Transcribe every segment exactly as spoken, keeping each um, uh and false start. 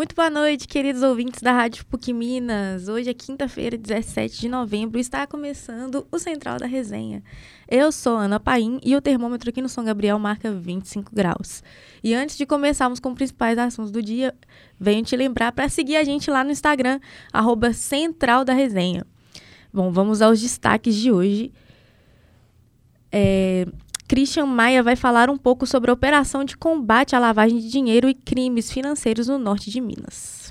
Muito boa noite, queridos ouvintes da Rádio P U C Minas. Hoje é quinta-feira, dezessete de novembro, e está começando o Central da Resenha. Eu sou Ana Paim e o termômetro aqui no São Gabriel marca vinte e cinco graus. E antes de começarmos com os principais assuntos do dia, venho te lembrar para seguir a gente lá no Instagram, arroba Central da Resenha. Bom, vamos aos destaques de hoje. É... Christian Maia vai falar um pouco sobre a operação de combate à lavagem de dinheiro e crimes financeiros no norte de Minas.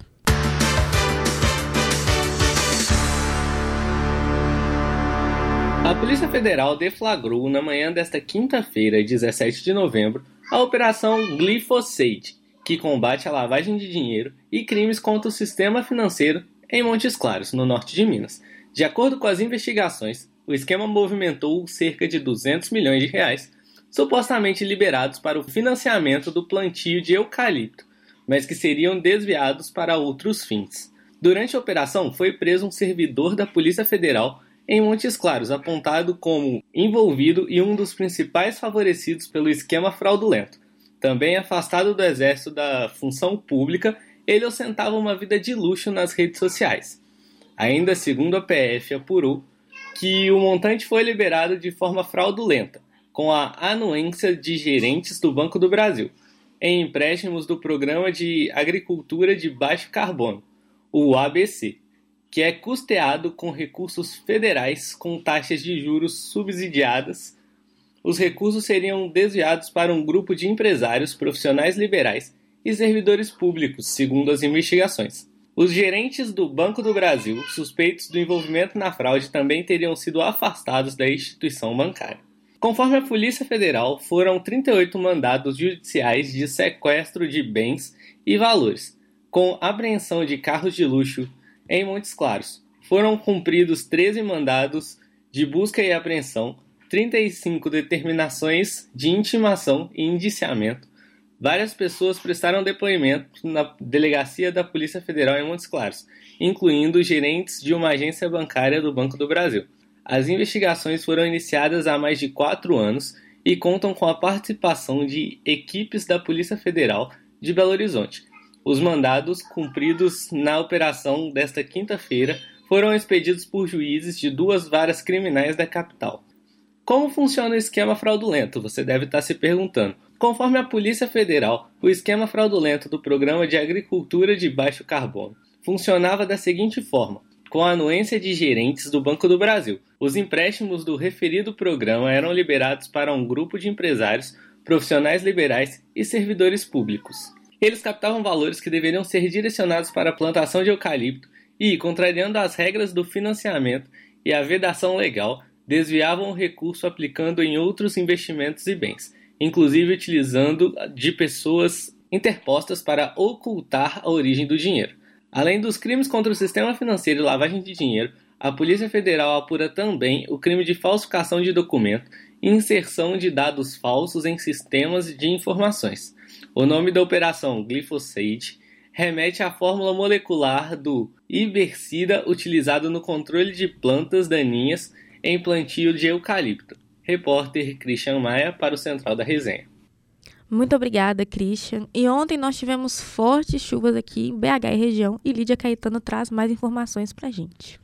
A Polícia Federal deflagrou na manhã desta quinta-feira, dezessete de novembro, a Operação Glifosate, que combate a lavagem de dinheiro e crimes contra o sistema financeiro em Montes Claros, no norte de Minas. De acordo com as investigações, o esquema movimentou cerca de duzentos milhões de reais, supostamente liberados para o financiamento do plantio de eucalipto, mas que seriam desviados para outros fins. Durante a operação, foi preso um servidor da Polícia Federal em Montes Claros, apontado como envolvido e um dos principais favorecidos pelo esquema fraudulento. Também afastado do exército da função pública, ele ostentava uma vida de luxo nas redes sociais. Ainda segundo a P F apurou que o montante foi liberado de forma fraudulenta, com a anuência de gerentes do Banco do Brasil, em empréstimos do Programa de Agricultura de Baixo Carbono, o A B C, que é custeado com recursos federais com taxas de juros subsidiadas. Os recursos seriam desviados para um grupo de empresários, profissionais liberais e servidores públicos, segundo as investigações. Os gerentes do Banco do Brasil, suspeitos do envolvimento na fraude, também teriam sido afastados da instituição bancária. Conforme a Polícia Federal, foram trinta e oito mandados judiciais de sequestro de bens e valores, com apreensão de carros de luxo em Montes Claros. Foram cumpridos treze mandados de busca e apreensão, trinta e cinco determinações de intimação e indiciamento. Várias pessoas prestaram depoimento na delegacia da Polícia Federal em Montes Claros, incluindo gerentes de uma agência bancária do Banco do Brasil. As investigações foram iniciadas há mais de quatro anos e contam com a participação de equipes da Polícia Federal de Belo Horizonte. Os mandados cumpridos na operação desta quinta-feira foram expedidos por juízes de duas varas criminais da capital. Como funciona o esquema fraudulento? Você deve estar se perguntando. Conforme a Polícia Federal, o esquema fraudulento do Programa de Agricultura de Baixo Carbono funcionava da seguinte forma: com a anuência de gerentes do Banco do Brasil, os empréstimos do referido programa eram liberados para um grupo de empresários, profissionais liberais e servidores públicos. Eles captavam valores que deveriam ser direcionados para a plantação de eucalipto e, contrariando as regras do financiamento e a vedação legal, desviavam o recurso aplicando em outros investimentos e bens, inclusive utilizando de pessoas interpostas para ocultar a origem do dinheiro. Além dos crimes contra o sistema financeiro e lavagem de dinheiro, a Polícia Federal apura também o crime de falsificação de documento e inserção de dados falsos em sistemas de informações. O nome da operação Glifosate remete à fórmula molecular do herbicida utilizado no controle de plantas daninhas em plantio de eucalipto. Repórter Christian Maia para o Central da Resenha. Muito obrigada, Christian. E ontem nós tivemos fortes chuvas aqui em B H e região e Lídia Caetano traz mais informações pra gente.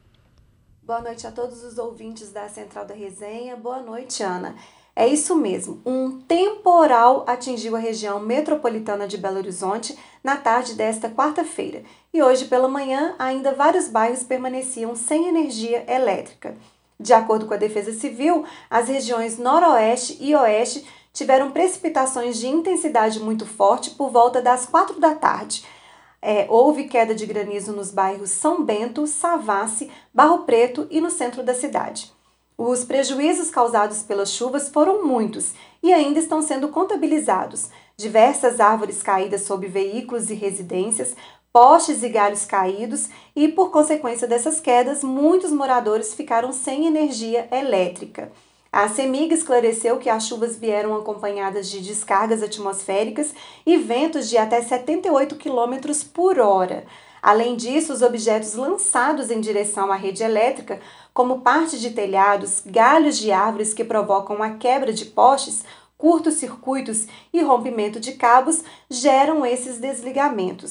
Boa noite a todos os ouvintes da Central da Resenha. Boa noite, Ana. É isso mesmo, um temporal atingiu a região metropolitana de Belo Horizonte na tarde desta quarta-feira. E hoje pela manhã, ainda vários bairros permaneciam sem energia elétrica. De acordo com a Defesa Civil, as regiões noroeste e oeste tiveram precipitações de intensidade muito forte por volta das quatro da tarde. É, houve queda de granizo nos bairros São Bento, Savassi, Barro Preto e no centro da cidade. Os prejuízos causados pelas chuvas foram muitos e ainda estão sendo contabilizados. Diversas árvores caídas sob veículos e residências, postes e galhos caídos e, por consequência dessas quedas, muitos moradores ficaram sem energia elétrica. A CEMIG esclareceu que as chuvas vieram acompanhadas de descargas atmosféricas e ventos de até setenta e oito quilômetros por hora. Além disso, os objetos lançados em direção à rede elétrica, como parte de telhados, galhos de árvores que provocam a quebra de postes, curtos-circuitos e rompimento de cabos, geram esses desligamentos.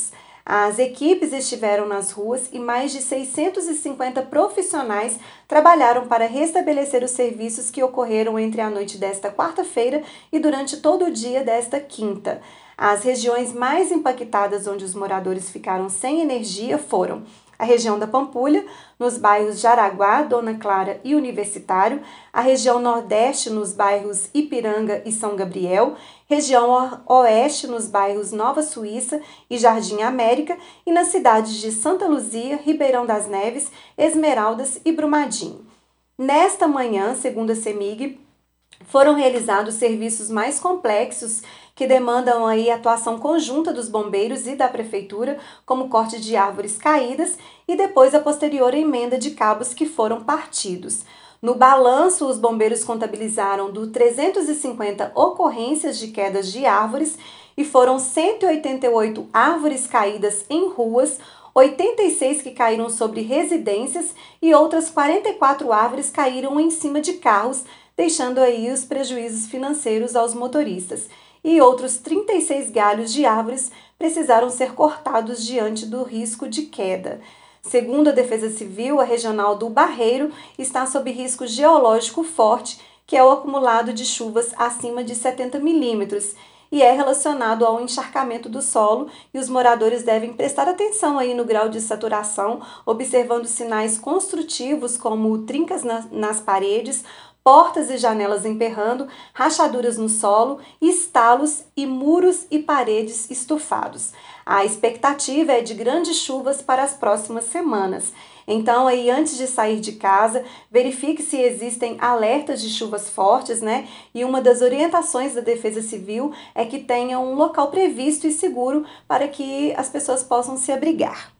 As equipes estiveram nas ruas e mais de seiscentos e cinquenta profissionais trabalharam para restabelecer os serviços que ocorreram entre a noite desta quarta-feira e durante todo o dia desta quinta. As regiões mais impactadas onde os moradores ficaram sem energia foram a região da Pampulha, nos bairros Jaraguá, Dona Clara e Universitário, a região Nordeste, nos bairros Ipiranga e São Gabriel, região Oeste, nos bairros Nova Suíça e Jardim América, e nas cidades de Santa Luzia, Ribeirão das Neves, Esmeraldas e Brumadinho. Nesta manhã, segundo a CEMIG, foram realizados serviços mais complexos que demandam aí a atuação conjunta dos bombeiros e da prefeitura, como corte de árvores caídas e depois a posterior emenda de cabos que foram partidos. No balanço, os bombeiros contabilizaram do trezentas e cinquenta ocorrências de quedas de árvores e foram cento e oitenta e oito árvores caídas em ruas, oitenta e seis que caíram sobre residências e outras quarenta e quatro árvores caíram em cima de carros, deixando aí os prejuízos financeiros aos motoristas. E outros trinta e seis galhos de árvores precisaram ser cortados diante do risco de queda. Segundo a Defesa Civil, a regional do Barreiro está sob risco geológico forte, que é o acumulado de chuvas acima de setenta milímetros, e é relacionado ao encharcamento do solo, e os moradores devem prestar atenção aí no grau de saturação, observando sinais construtivos como trincas na, nas paredes, portas e janelas emperrando, rachaduras no solo, estalos e muros e paredes estufados. A expectativa é de grandes chuvas para as próximas semanas. Então, aí, antes de sair de casa, verifique se existem alertas de chuvas fortes, né? E uma das orientações da Defesa Civil é que tenha um local previsto e seguro para que as pessoas possam se abrigar.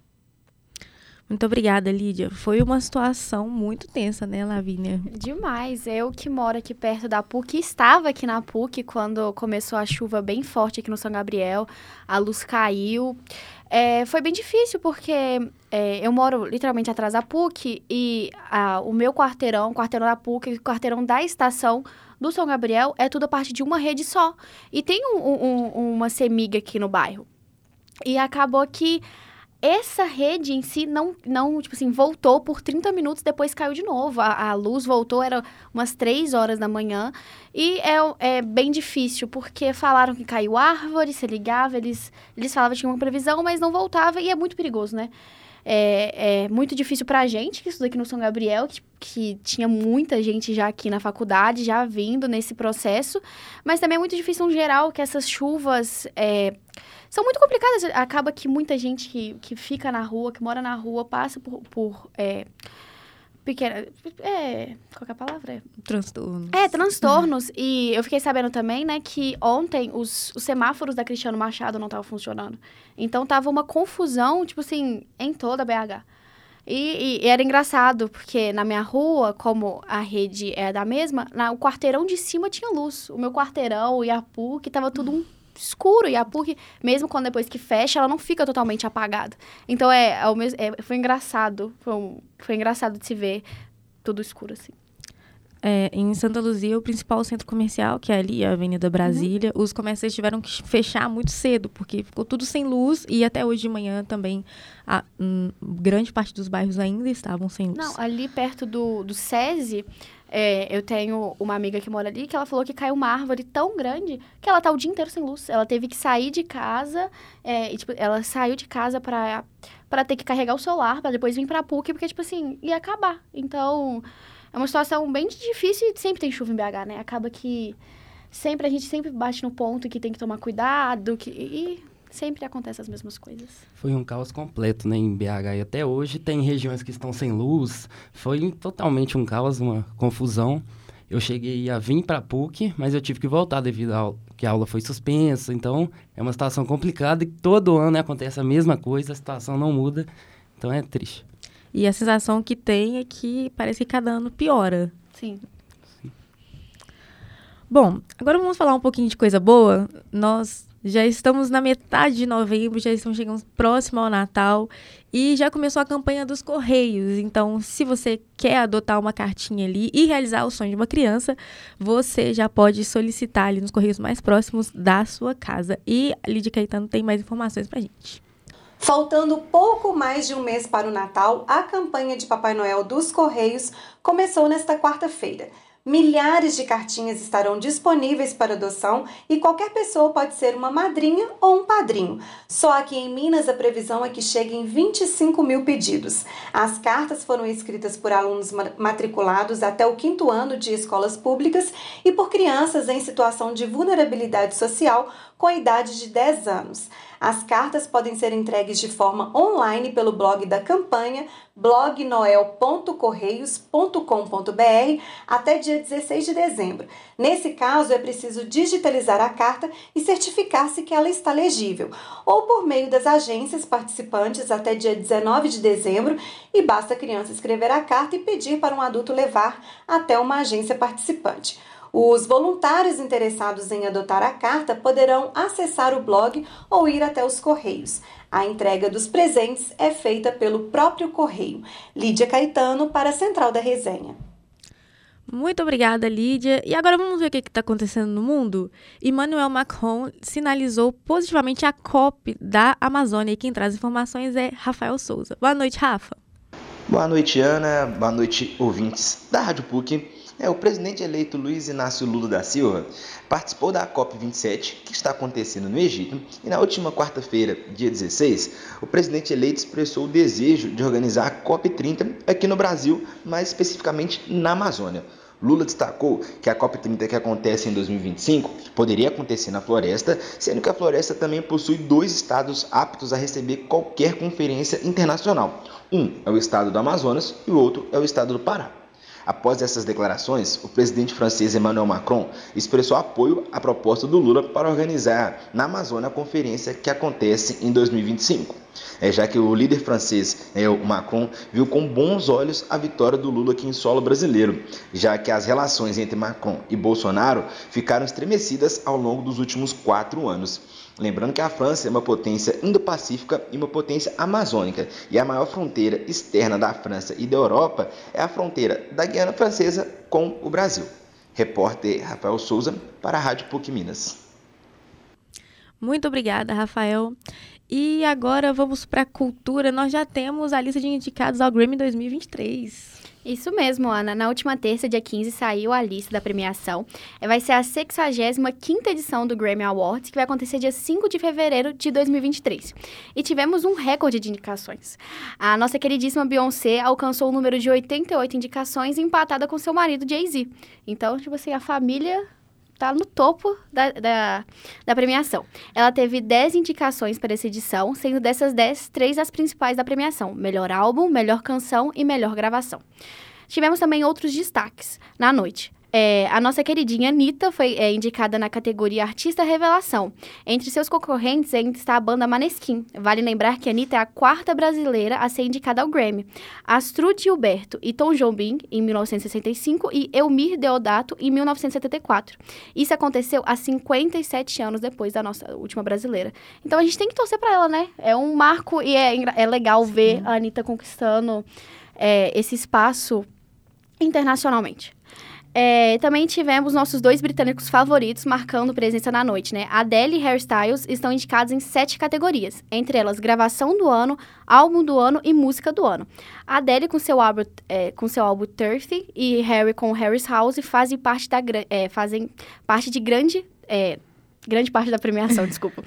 Muito obrigada, Lídia. Foi uma situação muito tensa, né, Lavínia? Demais. Eu que moro aqui perto da P U C, estava aqui na P U C quando começou a chuva bem forte aqui no São Gabriel, a luz caiu. É, foi bem difícil porque é, eu moro literalmente atrás da P U C e a, o meu quarteirão, o quarteirão da P U C, o quarteirão da estação do São Gabriel é tudo a parte de uma rede só. E tem um, um, uma CEMIG aqui no bairro. E acabou que essa rede em si não, não, tipo assim, voltou por trinta minutos, depois caiu de novo. A, a luz voltou, era umas três horas da manhã. E é, é bem difícil, porque falaram que caiu árvore, se ligava, eles, eles falavam que tinha uma previsão, mas não voltava, e é muito perigoso, né? É, é muito difícil pra gente, que estuda aqui no São Gabriel, que, que tinha muita gente já aqui na faculdade, já vindo nesse processo, mas também é muito difícil, no geral, que essas chuvas é, são muito complicadas. Acaba que muita gente que, que fica na rua, que mora na rua, passa por... por é, pequena... É, qual que é a palavra? Transtornos. É, transtornos. Uhum. E eu fiquei sabendo também, né, que ontem os, os semáforos da Cristiano Machado não estavam funcionando. Então, tava uma confusão, tipo assim, em toda a B H. E, e, e era engraçado, porque na minha rua, como a rede é da mesma, na, o quarteirão de cima tinha luz. O meu quarteirão e a P U C, tava tudo um escuro. E a P U C, mesmo quando depois que fecha, ela não fica totalmente apagada. Então, é, é, é, foi engraçado. Foi, um, foi engraçado de se ver tudo escuro, assim. É, em Santa Luzia, o principal centro comercial, que é ali a Avenida Brasília, uhum. Os comerciantes tiveram que fechar muito cedo, porque ficou tudo sem luz, e até hoje de manhã também, a hum, grande parte dos bairros ainda estavam sem luz. Não, ali perto do, do SESI, é, eu tenho uma amiga que mora ali, que ela falou que caiu uma árvore tão grande que ela tá o dia inteiro sem luz. Ela teve que sair de casa, é, e, tipo, ela saiu de casa pra, pra ter que carregar o celular, pra depois vir pra P U C, porque, tipo assim, ia acabar. Então... é uma situação bem difícil e sempre tem chuva em B H, né? Acaba que sempre a gente sempre bate no ponto que tem que tomar cuidado que, e sempre acontecem as mesmas coisas. Foi um caos completo, né, em B H. E até hoje tem regiões que estão sem luz. Foi totalmente um caos, uma confusão. Eu cheguei a vir para a P U C, mas eu tive que voltar devido ao que a aula foi suspensa. Então, é uma situação complicada e todo ano, né, acontece a mesma coisa, a situação não muda. Então, é triste. E a sensação que tem é que parece que cada ano piora. Sim. Sim. Bom, agora vamos falar um pouquinho de coisa boa. Nós já estamos na metade de novembro, já estamos chegando próximo ao Natal e já começou a campanha dos Correios. Então, se você quer adotar uma cartinha ali e realizar o sonho de uma criança, você já pode solicitar ali nos Correios mais próximos da sua casa. E a Lídia Caetano tem mais informações pra gente. Faltando pouco mais de um mês para o Natal, a campanha de Papai Noel dos Correios começou nesta quarta-feira. Milhares de cartinhas estarão disponíveis para adoção e qualquer pessoa pode ser uma madrinha ou um padrinho. Só aqui em Minas a previsão é que cheguem vinte e cinco mil pedidos. As cartas foram escritas por alunos matriculados até o quinto ano de escolas públicas e por crianças em situação de vulnerabilidade social com a idade de dez anos. As cartas podem ser entregues de forma online pelo blog da campanha blog noel ponto correios ponto com ponto b r até dia dezesseis de dezembro. Nesse caso, é preciso digitalizar a carta e certificar-se que ela está legível, ou por meio das agências participantes até dia dezenove de dezembro, e basta a criança escrever a carta e pedir para um adulto levar até uma agência participante. Os voluntários interessados em adotar a carta poderão acessar o blog ou ir até os Correios. A entrega dos presentes é feita pelo próprio Correio. Lídia Caetano para a Central da Resenha. Muito obrigada, Lídia. E agora vamos ver o que está acontecendo no mundo? Emmanuel Macron sinalizou positivamente a COP da Amazônia e quem traz informações é Rafael Souza. Boa noite, Rafa. Boa noite, Ana. Boa noite, ouvintes da Rádio P U C. É, o presidente eleito Luiz Inácio Lula da Silva participou da COP vinte e sete, que está acontecendo no Egito, e na última quarta-feira, dia dezesseis, o presidente eleito expressou o desejo de organizar a COP trinta aqui no Brasil, mais especificamente na Amazônia. Lula destacou que a COP trinta, que acontece em dois mil e vinte e cinco, poderia acontecer na floresta, sendo que a floresta também possui dois estados aptos a receber qualquer conferência internacional. Um é o estado do Amazonas e o outro é o estado do Pará. Após essas declarações, o presidente francês Emmanuel Macron expressou apoio à proposta do Lula para organizar na Amazônia a conferência que acontece em dois mil e vinte e cinco. É, já que o líder francês, é, o Macron, viu com bons olhos a vitória do Lula aqui em solo brasileiro, já que as relações entre Macron e Bolsonaro ficaram estremecidas ao longo dos últimos quatro anos. Lembrando que a França é uma potência indo-pacífica e uma potência amazônica, e a maior fronteira externa da França e da Europa é a fronteira da Guiana Francesa com o Brasil. Repórter Rafael Souza para a Rádio P U C Minas. Muito obrigada, Rafael. E agora vamos para a cultura. Nós já temos a lista de indicados ao Grammy dois mil e vinte e três. Isso mesmo, Ana. Na última terça, dia quinze, saiu a lista da premiação. Vai ser a sexagésima quinta edição do Grammy Awards, que vai acontecer dia cinco de fevereiro de dois mil e vinte e três. E tivemos um recorde de indicações. A nossa queridíssima Beyoncé alcançou o número de oitenta e oito indicações, empatada com seu marido Jay-Z. Então, tipo assim, a família tá no topo da, da, da premiação. Ela teve dez indicações para essa edição, sendo dessas dez, três as principais da premiação: melhor álbum, melhor canção e melhor gravação. Tivemos também outros destaques na noite. É, a nossa queridinha Anitta foi é, indicada na categoria Artista Revelação. Entre seus concorrentes ainda está a banda Maneskin. Vale lembrar que a Anitta é a quarta brasileira a ser indicada ao Grammy. Astrud Gilberto e Tom Jobim, em mil novecentos e sessenta e cinco, e Elmir Deodato, em mil novecentos e setenta e quatro. Isso aconteceu há cinquenta e sete anos depois da nossa última brasileira. Então a gente tem que torcer para ela, né? É um marco e é, é legal ver Sim. a Anitta conquistando é, esse espaço internacionalmente. É, também tivemos nossos dois britânicos favoritos marcando presença na noite, né? Adele e Harry Styles estão indicados em sete categorias, entre elas gravação do ano, álbum do ano e música do ano. Adele com seu álbum, é, com seu álbum Turfy e Harry com Harry's House fazem parte, da, é, fazem parte de grande, é, grande parte da premiação, desculpa.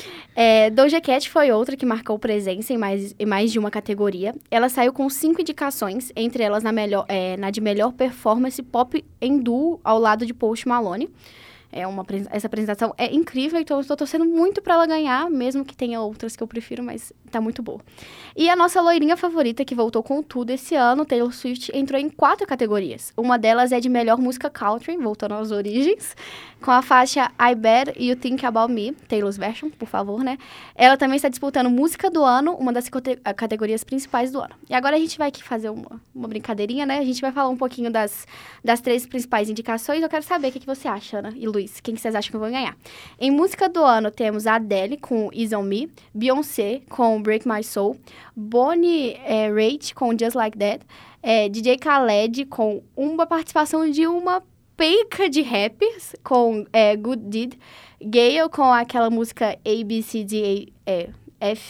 É, Doja Cat foi outra que marcou presença em mais, em mais de uma categoria. Ela saiu com cinco indicações, entre elas na, melhor, é, na de melhor performance pop em duo ao lado de Post Malone. É uma, essa apresentação é incrível, então eu estou torcendo muito para ela ganhar, mesmo que tenha outras que eu prefiro, mas tá muito boa. E a nossa loirinha favorita, que voltou com tudo esse ano, Taylor Swift, entrou em quatro categorias. Uma delas é de melhor música country, voltando às origens, com a faixa I Bet You Think About Me, Taylor's version, por favor, né? Ela também está disputando música do ano, uma das categorias principais do ano. E agora a gente vai aqui fazer uma, uma brincadeirinha, né? A gente vai falar um pouquinho das, das três principais indicações. Eu quero saber o que, que você acha, Ana e Luiz. Quem que vocês acham que vão ganhar? Em música do ano, temos a Adele com Easy On Me, Beyoncé com Break My Soul, Bonnie é, Raitt com Just Like That, é, D J Khaled com uma participação de uma penca de rappers com é, Good Deed, Gale com aquela música A B C D E F,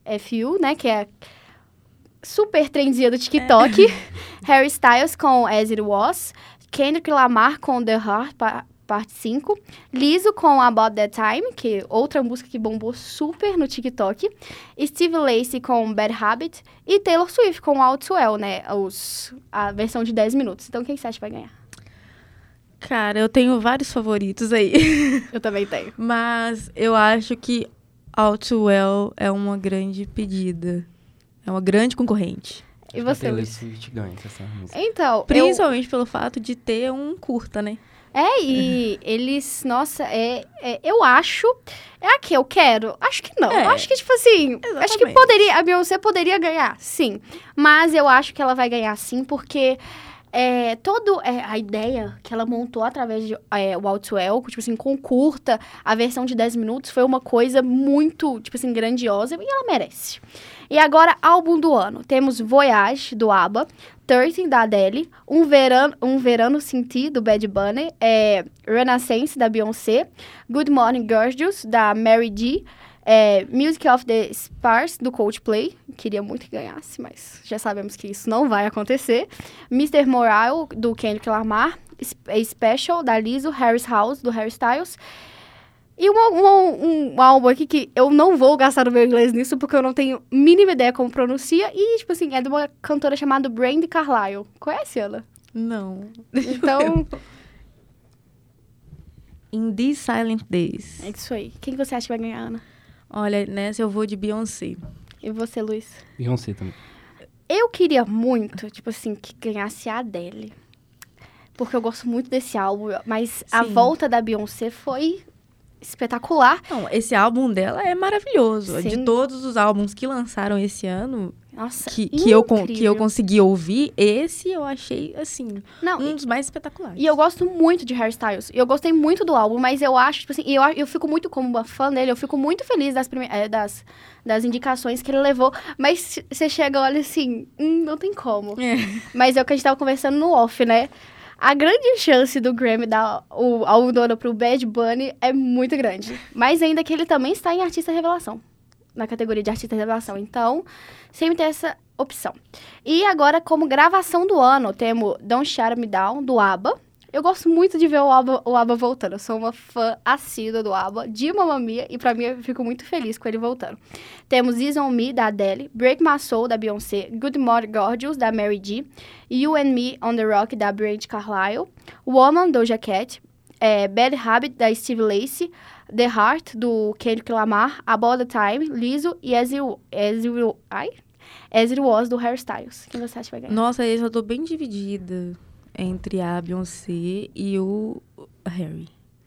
F U, né? Que é a super trenzinha do TikTok. É. Harry Styles com As It Was. Kendrick Lamar com The Heart, pa- parte cinco. Lizzo com About That Time, que outra música que bombou super no TikTok. Steve Lacy com Bad Habit. E Taylor Swift com All Too Well, né? Os, a versão de dez minutos. Então, quem você acha que vai ganhar? Cara, eu tenho vários favoritos aí. Eu também tenho. Mas eu acho que All Too Well é uma grande pedida. É uma grande concorrente. E você, Taylor Luiz? Swift ganha essa música. Então, Principalmente eu... pelo fato de ter um curta, né? É, e eles... Nossa, é, é, eu acho... É a que eu quero? Acho que não. É, eu acho que, tipo assim... exatamente. Acho que poderia... A Beyoncé poderia ganhar, sim. Mas eu acho que ela vai ganhar, sim, porque... É, todo, é, a ideia que ela montou através de é, o All Too Well, tipo assim, com curta, a versão de dez minutos, foi uma coisa muito, tipo assim, grandiosa, e ela merece. E agora, álbum do ano. Temos Voyage, do ABBA, thirteen, da Adele, Um Verano, um Verano Sem Ti, do Bad Bunny, é, Renaissance, da Beyoncé, Good Morning Gorgeous, da Mary G, É, Music of the Stars, do Coldplay. Queria muito que ganhasse, mas já sabemos que isso não vai acontecer. mister Moral, do Kendrick Lamar. Special, da Lizzo. Harry's House, do Harry Styles. E uma, uma, um, um álbum aqui que eu não vou gastar o meu inglês nisso, porque eu não tenho mínima ideia como pronuncia. E, tipo assim, é de uma cantora chamada Brandi Carlile. Conhece ela? Não. Então... In These Silent Days. É isso aí. Quem você acha que vai ganhar, Ana? Olha, nessa eu vou de Beyoncé. E você, Luiz? Beyoncé também. Eu queria muito, tipo assim, que ganhasse a Adele. Porque eu gosto muito desse álbum. Mas Sim. a volta da Beyoncé foi espetacular. Não, esse álbum dela é maravilhoso. Sim. De todos os álbuns que lançaram esse ano... Nossa, que, que, eu, que eu consegui ouvir, esse eu achei, assim, Não, um e, dos mais espetaculares. E eu gosto muito de Harry Styles. E eu gostei muito do álbum, mas eu acho, tipo assim, eu, eu fico muito, como uma fã dele, eu fico muito feliz das, prime- é, das, das indicações que ele levou. Mas você chega e olha assim, hum, não tem como. É. Mas é o que a gente tava conversando no off, né? A grande chance do Grammy dar o álbum do ano pro Bad Bunny é muito grande. Mas ainda que ele também está em Artista Revelação. Na categoria de Artista Revelação. Então, sempre tem essa opção. E agora, como gravação do ano, temos Don't Shut Me Down, do ABBA. Eu gosto muito de ver o ABBA, o ABBA voltando. Eu sou uma fã assídua do ABBA, de Mamma Mia, e pra mim eu fico muito feliz com ele voltando. Temos Is On Me, da Adele, Break My Soul, da Beyoncé, Good Morning Gorgeous, da Mary G, You and Me on the Rock, da Brandi Carlile, Woman, Doja Cat, é, Bad Habit, da Steve Lacy, The Heart, do Kendrick Lamar, About the Time, Lizzo e As It, As It, ai? As It Was, do Harry Styles. Quem você acha que vai ganhar? Nossa, eu tô bem dividida entre a Beyoncé e o Harry.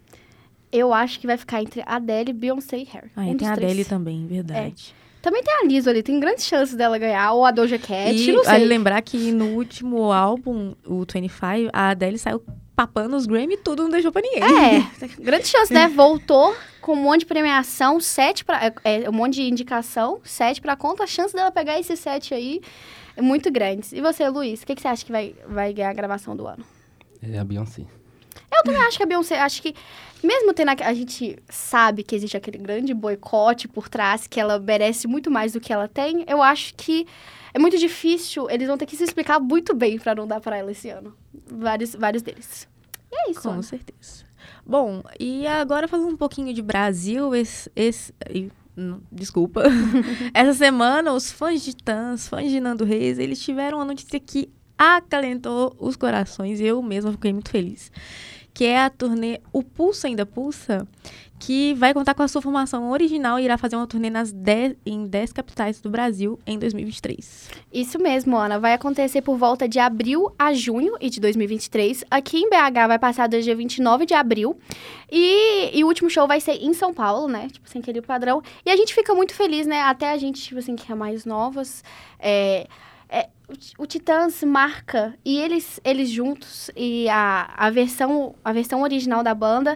Eu acho que vai ficar entre a Adele, Beyoncé e Harry. Ah, um e tem a três. Adele também, verdade. É. Também tem a Lizzo ali, tem grandes chances dela ganhar, ou a Doja Cat, e não sei. vale lembrar que no último álbum, o vinte e cinco, a Adele saiu papando os Grammy e tudo, não deixou pra ninguém. É, grande chance, né? Voltou com um monte de premiação, sete pra, é, um monte de indicação, sete pra conta. A chance dela pegar esse sete aí é muito grande. E você, Luiz, o que, que você acha que vai, vai ganhar a gravação do ano? É a Beyoncé. Eu também acho que a Beyoncé, acho que, mesmo tendo, a, a gente sabe que existe aquele grande boicote por trás, que ela merece muito mais do que ela tem, eu acho que é muito difícil, eles vão ter que se explicar muito bem pra não dar pra ela esse ano. Vários, vários deles. E é isso, Com Ana. certeza. Bom, e agora falando um pouquinho de Brasil, esse... esse e, não, desculpa. Essa semana, os fãs de Titãs, fãs de Nando Reis, eles tiveram uma notícia que acalentou os corações, e eu mesma fiquei muito feliz. Que é a turnê O Pulsa Ainda Pulsa, que vai contar com a sua formação original e irá fazer uma turnê nas dez, em dez capitais do Brasil em dois mil e vinte e três. Isso mesmo, Ana. Vai acontecer por volta de abril a junho e de dois mil e vinte e três. Aqui em B H vai passar do dia vinte e nove de abril. E, e o último show vai ser em São Paulo, né? Tipo assim, aquele padrão. E a gente fica muito feliz, né? Até a gente, tipo assim, que é mais novas. É... É, o, o Titãs marca, e eles, eles juntos, e a, a, versão, a versão original da banda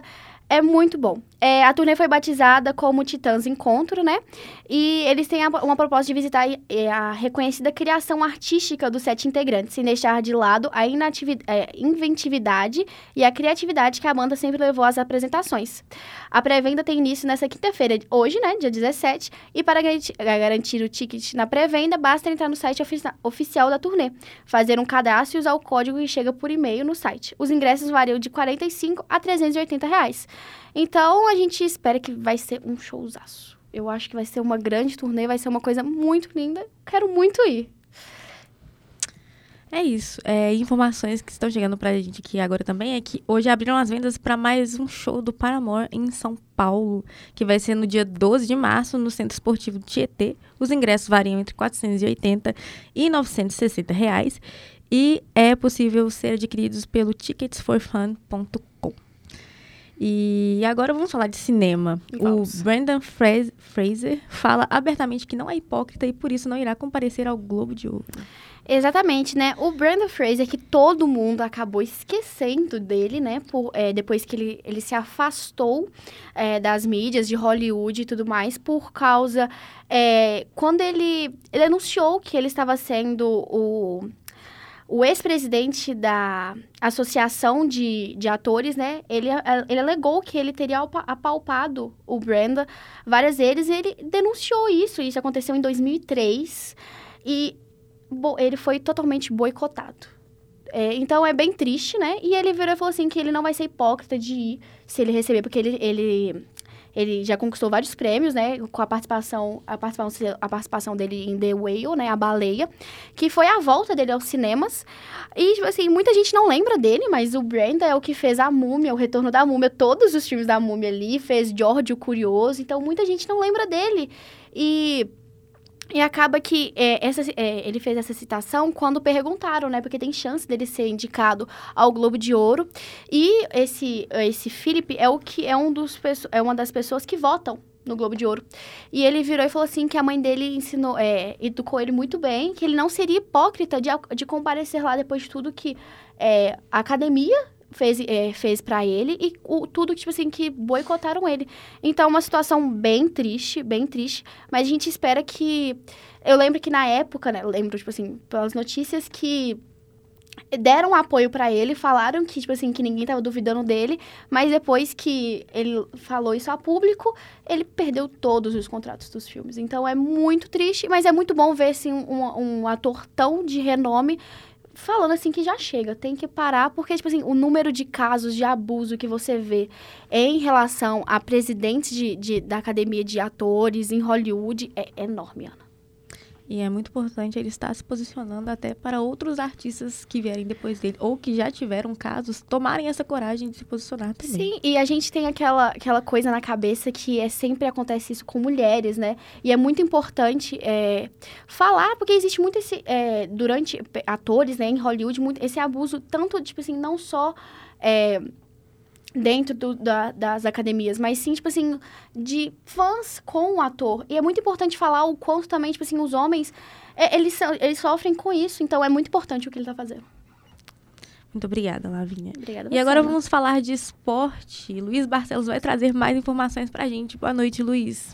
É muito bom. É, a turnê foi batizada como Titãs Encontro, né? E eles têm a, uma proposta de visitar a reconhecida criação artística dos sete integrantes, sem deixar de lado a é, inventividade e a criatividade que a banda sempre levou às apresentações. A pré-venda tem início nessa quinta-feira, hoje, né, dia dezessete, e para garantir, garantir o ticket na pré-venda, basta entrar no site ofici- oficial da turnê, fazer um cadastro e usar o código que chega por e-mail no site. Os ingressos variam de quarenta e cinco a trezentos e oitenta reais. Então, a gente espera que vai ser um showzaço. Eu acho que vai ser uma grande turnê, vai ser uma coisa muito linda. Quero muito ir. É isso. É, informações que estão chegando pra gente aqui agora também é que hoje abriram as vendas para mais um show do Paramore em São Paulo, que vai ser no dia doze de março, no Centro Esportivo do Tietê. Os ingressos variam entre quatrocentos e oitenta e novecentos e sessenta reais e é possível ser adquiridos pelo tickets for fun ponto com. E agora vamos falar de cinema. Vamos. O Brendan Fra- Fraser fala abertamente que não é hipócrita e por isso não irá comparecer ao Globo de Ouro. Exatamente, né? O Brendan Fraser, que todo mundo acabou esquecendo dele, né? Por, é, depois que ele, ele se afastou é, das mídias de Hollywood e tudo mais, por causa... É, quando ele, ele anunciou que ele estava sendo o... O ex-presidente da Associação de, de Atores, né, ele, ele alegou que ele teria apalpado o Brendan várias vezes e ele denunciou isso. Isso aconteceu em dois mil e três e bo, ele foi totalmente boicotado. É, então, é bem triste, né? E ele virou e falou assim que ele não vai ser hipócrita de ir se ele receber, porque ele... ele Ele já conquistou vários prêmios, né, com a participação, a participação, a participação dele em The Whale, né, a baleia, que foi a volta dele aos cinemas. E, tipo assim, muita gente não lembra dele, mas o Brendan é o que fez a Múmia, o Retorno da Múmia, todos os filmes da Múmia ali, fez George o Curioso, então muita gente não lembra dele. E... E acaba que é, essa, é, ele fez essa citação quando perguntaram, né? Porque tem chance dele ser indicado ao Globo de Ouro. E esse, esse Philip é, o que, é, um dos, é uma das pessoas que votam no Globo de Ouro. E ele virou e falou assim que a mãe dele ensinou, é, educou ele muito bem, que ele não seria hipócrita de, de comparecer lá depois de tudo que é, a academia... fez, é, fez pra ele e o, tudo, tipo assim, que boicotaram ele. Então, uma situação bem triste, bem triste, mas a gente espera que... Eu lembro que na época, né, eu lembro, tipo assim, pelas notícias que deram apoio pra ele, falaram que, tipo assim, que ninguém tava duvidando dele, mas depois que ele falou isso a público, ele perdeu todos os contratos dos filmes. Então, é muito triste, mas é muito bom ver, assim, um, um ator tão de renome falando assim que já chega, tem que parar, porque, tipo assim, o número de casos de abuso que você vê em relação a presidentes de, de, da academia de atores em Hollywood é enorme, Ana. E é muito importante ele estar se posicionando até para outros artistas que vierem depois dele, ou que já tiveram casos, tomarem essa coragem de se posicionar também. Sim, e a gente tem aquela, aquela coisa na cabeça que é, sempre acontece isso com mulheres, né? E é muito importante é, falar, porque existe muito esse... É, durante atores, né, em Hollywood, muito, esse abuso, tanto, tipo assim, não só... É, dentro do, da, das academias, mas sim, tipo assim, de fãs com o ator. E é muito importante falar o quanto também, tipo assim, os homens, é, eles, eles sofrem com isso. Então, é muito importante o que ele tá fazendo. Muito obrigada, Lavínia. Obrigada. E agora vamos falar de esporte. Luiz Barcelos vai trazer mais informações pra gente. Boa noite, Luiz.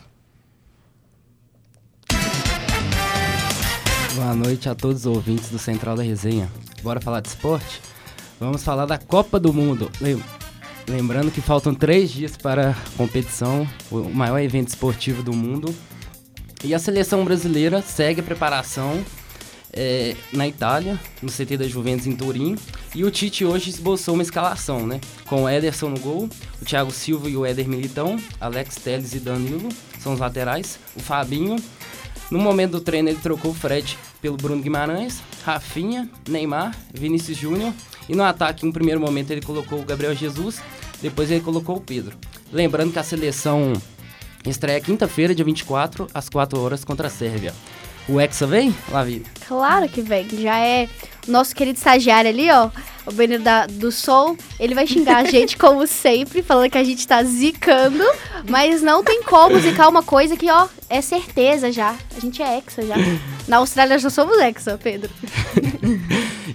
Boa noite a todos os ouvintes do Central da Resenha. Bora falar de esporte? Vamos falar da Copa do Mundo. Lembrando que faltam três dias para a competição, o maior evento esportivo do mundo. E a seleção brasileira segue a preparação é, na Itália, no C T da Juventus em Turim. E o Tite hoje esboçou uma escalação, né? Com o Ederson no gol, o Thiago Silva e o Éder Militão, Alex Telles e Danilo são os laterais, o Fabinho. No momento do treino ele trocou o Fred pelo Bruno Guimarães, Rafinha, Neymar, Vinícius Júnior. E no ataque, em um primeiro momento, ele colocou o Gabriel Jesus, depois ele colocou o Pedro. Lembrando que a seleção estreia quinta-feira, dia vinte e quatro, às quatro horas, contra a Sérvia. O Hexa vem, Lavínia? Claro que vem. Já é o nosso querido estagiário ali, ó, o Benito da, do Sol. Ele vai xingar a gente, como sempre, falando que a gente tá zicando. Mas não tem como zicar uma coisa que, ó, é certeza já. A gente é Hexa já. Na Austrália já somos Hexa, Pedro.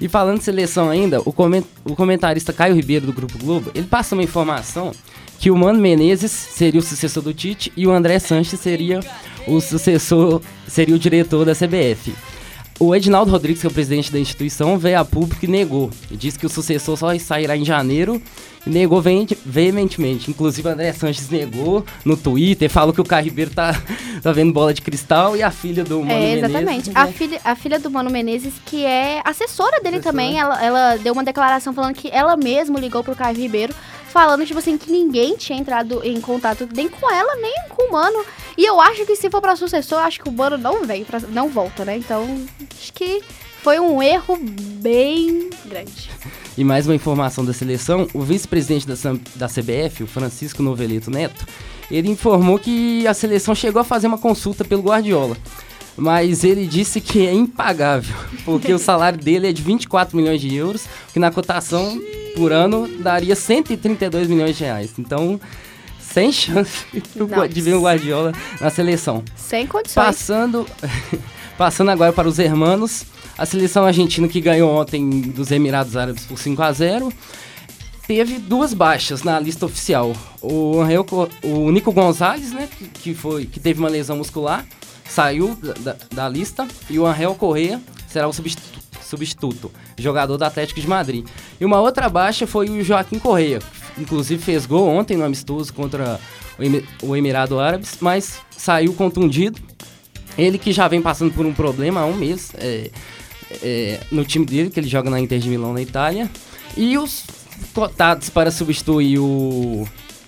E falando de seleção ainda, o, coment- o comentarista Caio Ribeiro do Grupo Globo, ele passa uma informação que o Mano Menezes seria o sucessor do Tite e o André Sanches seria o sucessor, seria o diretor da C B F. O Edinaldo Rodrigues, que é o presidente da instituição, veio a público e negou. E disse que o sucessor só sairá em janeiro e negou veementemente. Inclusive, o André Sanches negou no Twitter, falou que o Caio Ribeiro tá, tá vendo bola de cristal e a filha do Mano é, Menezes... Exatamente. Né? A, filha, a filha do Mano Menezes, que é assessora dele Assessora. também, ela, ela deu uma declaração falando que ela mesma ligou pro Caio Ribeiro, falando, tipo assim, que ninguém tinha entrado em contato nem com ela, nem com o Mano. E eu acho que se for pra sucessor, eu acho que o Mano não vem, pra, não volta, né? Então, acho que foi um erro bem grande. E mais uma informação da seleção, o vice-presidente da, da C B F, o Francisco Noveleto Neto, ele informou que a seleção chegou a fazer uma consulta pelo Guardiola. Mas ele disse que é impagável, porque o salário dele é de vinte e quatro milhões de euros, que na cotação por ano daria cento e trinta e dois milhões de reais. Então, sem chance de ver o Guardiola na seleção. Sem condições. Passando, passando agora para os hermanos, a seleção argentina que ganhou ontem dos Emirados Árabes por cinco a zero, teve duas baixas na lista oficial. O, Angel, o Nico Gonzalez, né, que, foi, que teve uma lesão muscular, saiu da, da lista, e o Angel Correa será o substituto, substituto, jogador do Atlético de Madrid. E uma outra baixa foi o Joaquim Correa, que inclusive fez gol ontem no amistoso contra o, Em, o Emirado Árabes, mas saiu contundido. Ele que já vem passando por um problema há um mês é, é, no time dele, que ele joga na Inter de Milão, na Itália. E os cotados para substituir o...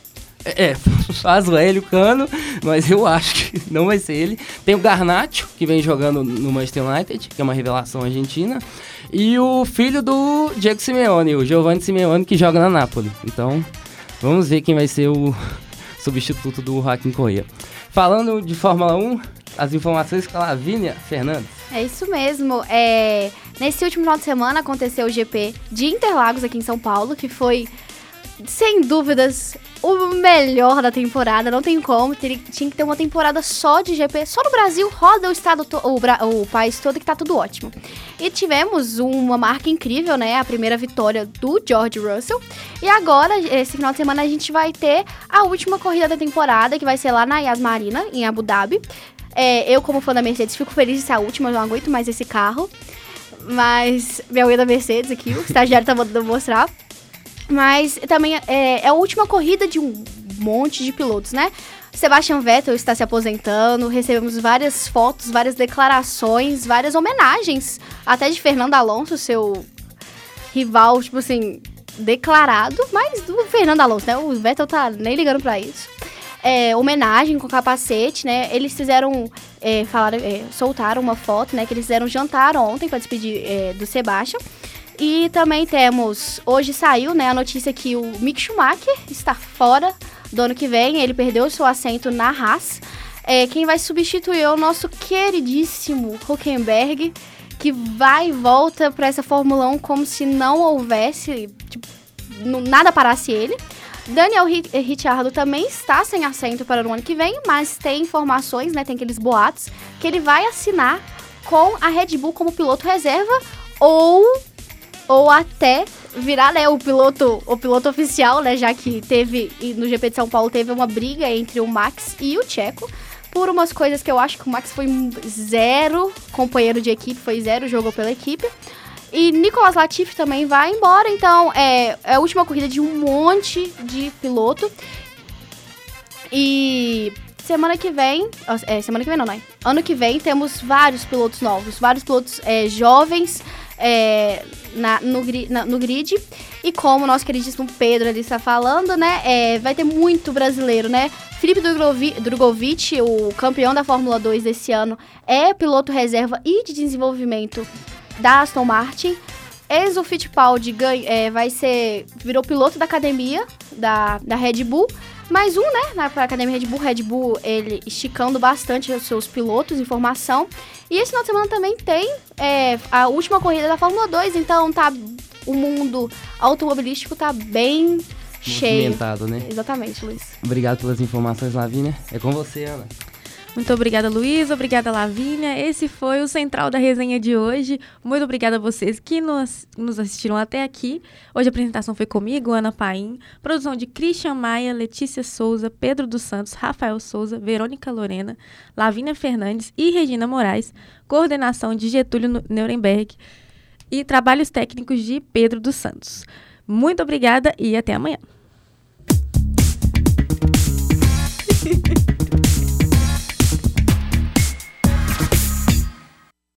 É, faz o Hélio Cano, mas eu acho que não vai ser ele. Tem o Garnacho, que vem jogando no Manchester United, que é uma revelação argentina. E o filho do Diego Simeone, o Giovanni Simeone, que joga na Napoli. Então, vamos ver quem vai ser o substituto do Joaquim Correa. Falando de Fórmula um, as informações com a Lavínia Fernandes. É isso mesmo. É... Nesse último final de semana aconteceu o G P de Interlagos aqui em São Paulo, que foi, sem dúvidas, o melhor da temporada. Não tem como, teria, tinha que ter uma temporada só de G P. Só no Brasil roda o estado, to- o, Bra- o país todo, que tá tudo ótimo. E tivemos uma marca incrível, né? A primeira vitória do George Russell. E agora, esse final de semana, a gente vai ter a última corrida da temporada, que vai ser lá na Yas Marina, em Abu Dhabi. É, eu, como fã da Mercedes, fico feliz de ser a última, eu não aguento mais esse carro. Mas, minha unha da Mercedes aqui, o estagiário tá mandando mostrar. Mas também é, é a última corrida de um monte de pilotos, né? Sebastian Vettel está se aposentando, recebemos várias fotos, várias declarações, várias homenagens, até de Fernando Alonso, seu rival, tipo assim, declarado, mas do Fernando Alonso, né? O Vettel tá nem ligando pra isso. É, homenagem com capacete, né? Eles fizeram, é, falaram, é, soltaram uma foto, né? Que eles fizeram jantar ontem para despedir é, do Sebastian. E também temos, hoje saiu, né, a notícia que o Mick Schumacher está fora do ano que vem. Ele perdeu seu assento na Haas. É, quem vai substituir é o nosso queridíssimo Hülkenberg, que vai e volta para essa Fórmula um como se não houvesse, tipo, nada parasse ele. Daniel Ricciardo também está sem assento para o ano que vem, mas tem informações, né, tem aqueles boatos, que ele vai assinar com a Red Bull como piloto reserva ou, ou até virar, né, o piloto, o piloto oficial, né, já que teve, no G P de São Paulo, teve uma briga entre o Max e o Checo, por umas coisas que eu acho que o Max foi zero companheiro de equipe, foi zero jogo pela equipe. E Nicolas Latifi também vai embora, então é, é a última corrida de um monte de piloto. E semana que vem, é, semana que vem não, né? Ano que vem temos vários pilotos novos, vários pilotos é, jovens é, na, no, na, no grid. E como o nosso queridíssimo Pedro ali está falando, né? É, vai ter muito brasileiro, né? Felipe Drugovich, o campeão da Fórmula dois desse ano, é piloto reserva e de desenvolvimento da Aston Martin. Enzo Fittipaldi ganha, é, vai ser, virou piloto da academia da, da Red Bull. Mais um, né, na academia Red Bull. Red Bull, ele esticando bastante os seus pilotos em formação. E esse final de semana também tem é, a última corrida da Fórmula dois. Então tá, o mundo automobilístico tá bem cheio. Movimentado, né? Exatamente, Luiz. Obrigado pelas informações, Lavínia. É com você, Ana. Muito obrigada, Luiz. Obrigada, Lavínia. Esse foi o Central da Resenha de hoje. Muito obrigada a vocês que nos, nos assistiram até aqui. Hoje a apresentação foi comigo, Ana Paim. Produção de Christian Maia, Letícia Souza, Pedro dos Santos, Rafael Souza, Verônica Lorena, Lavínia Fernandes e Regina Moraes. Coordenação de Getúlio Nuremberg e trabalhos técnicos de Pedro dos Santos. Muito obrigada e até amanhã.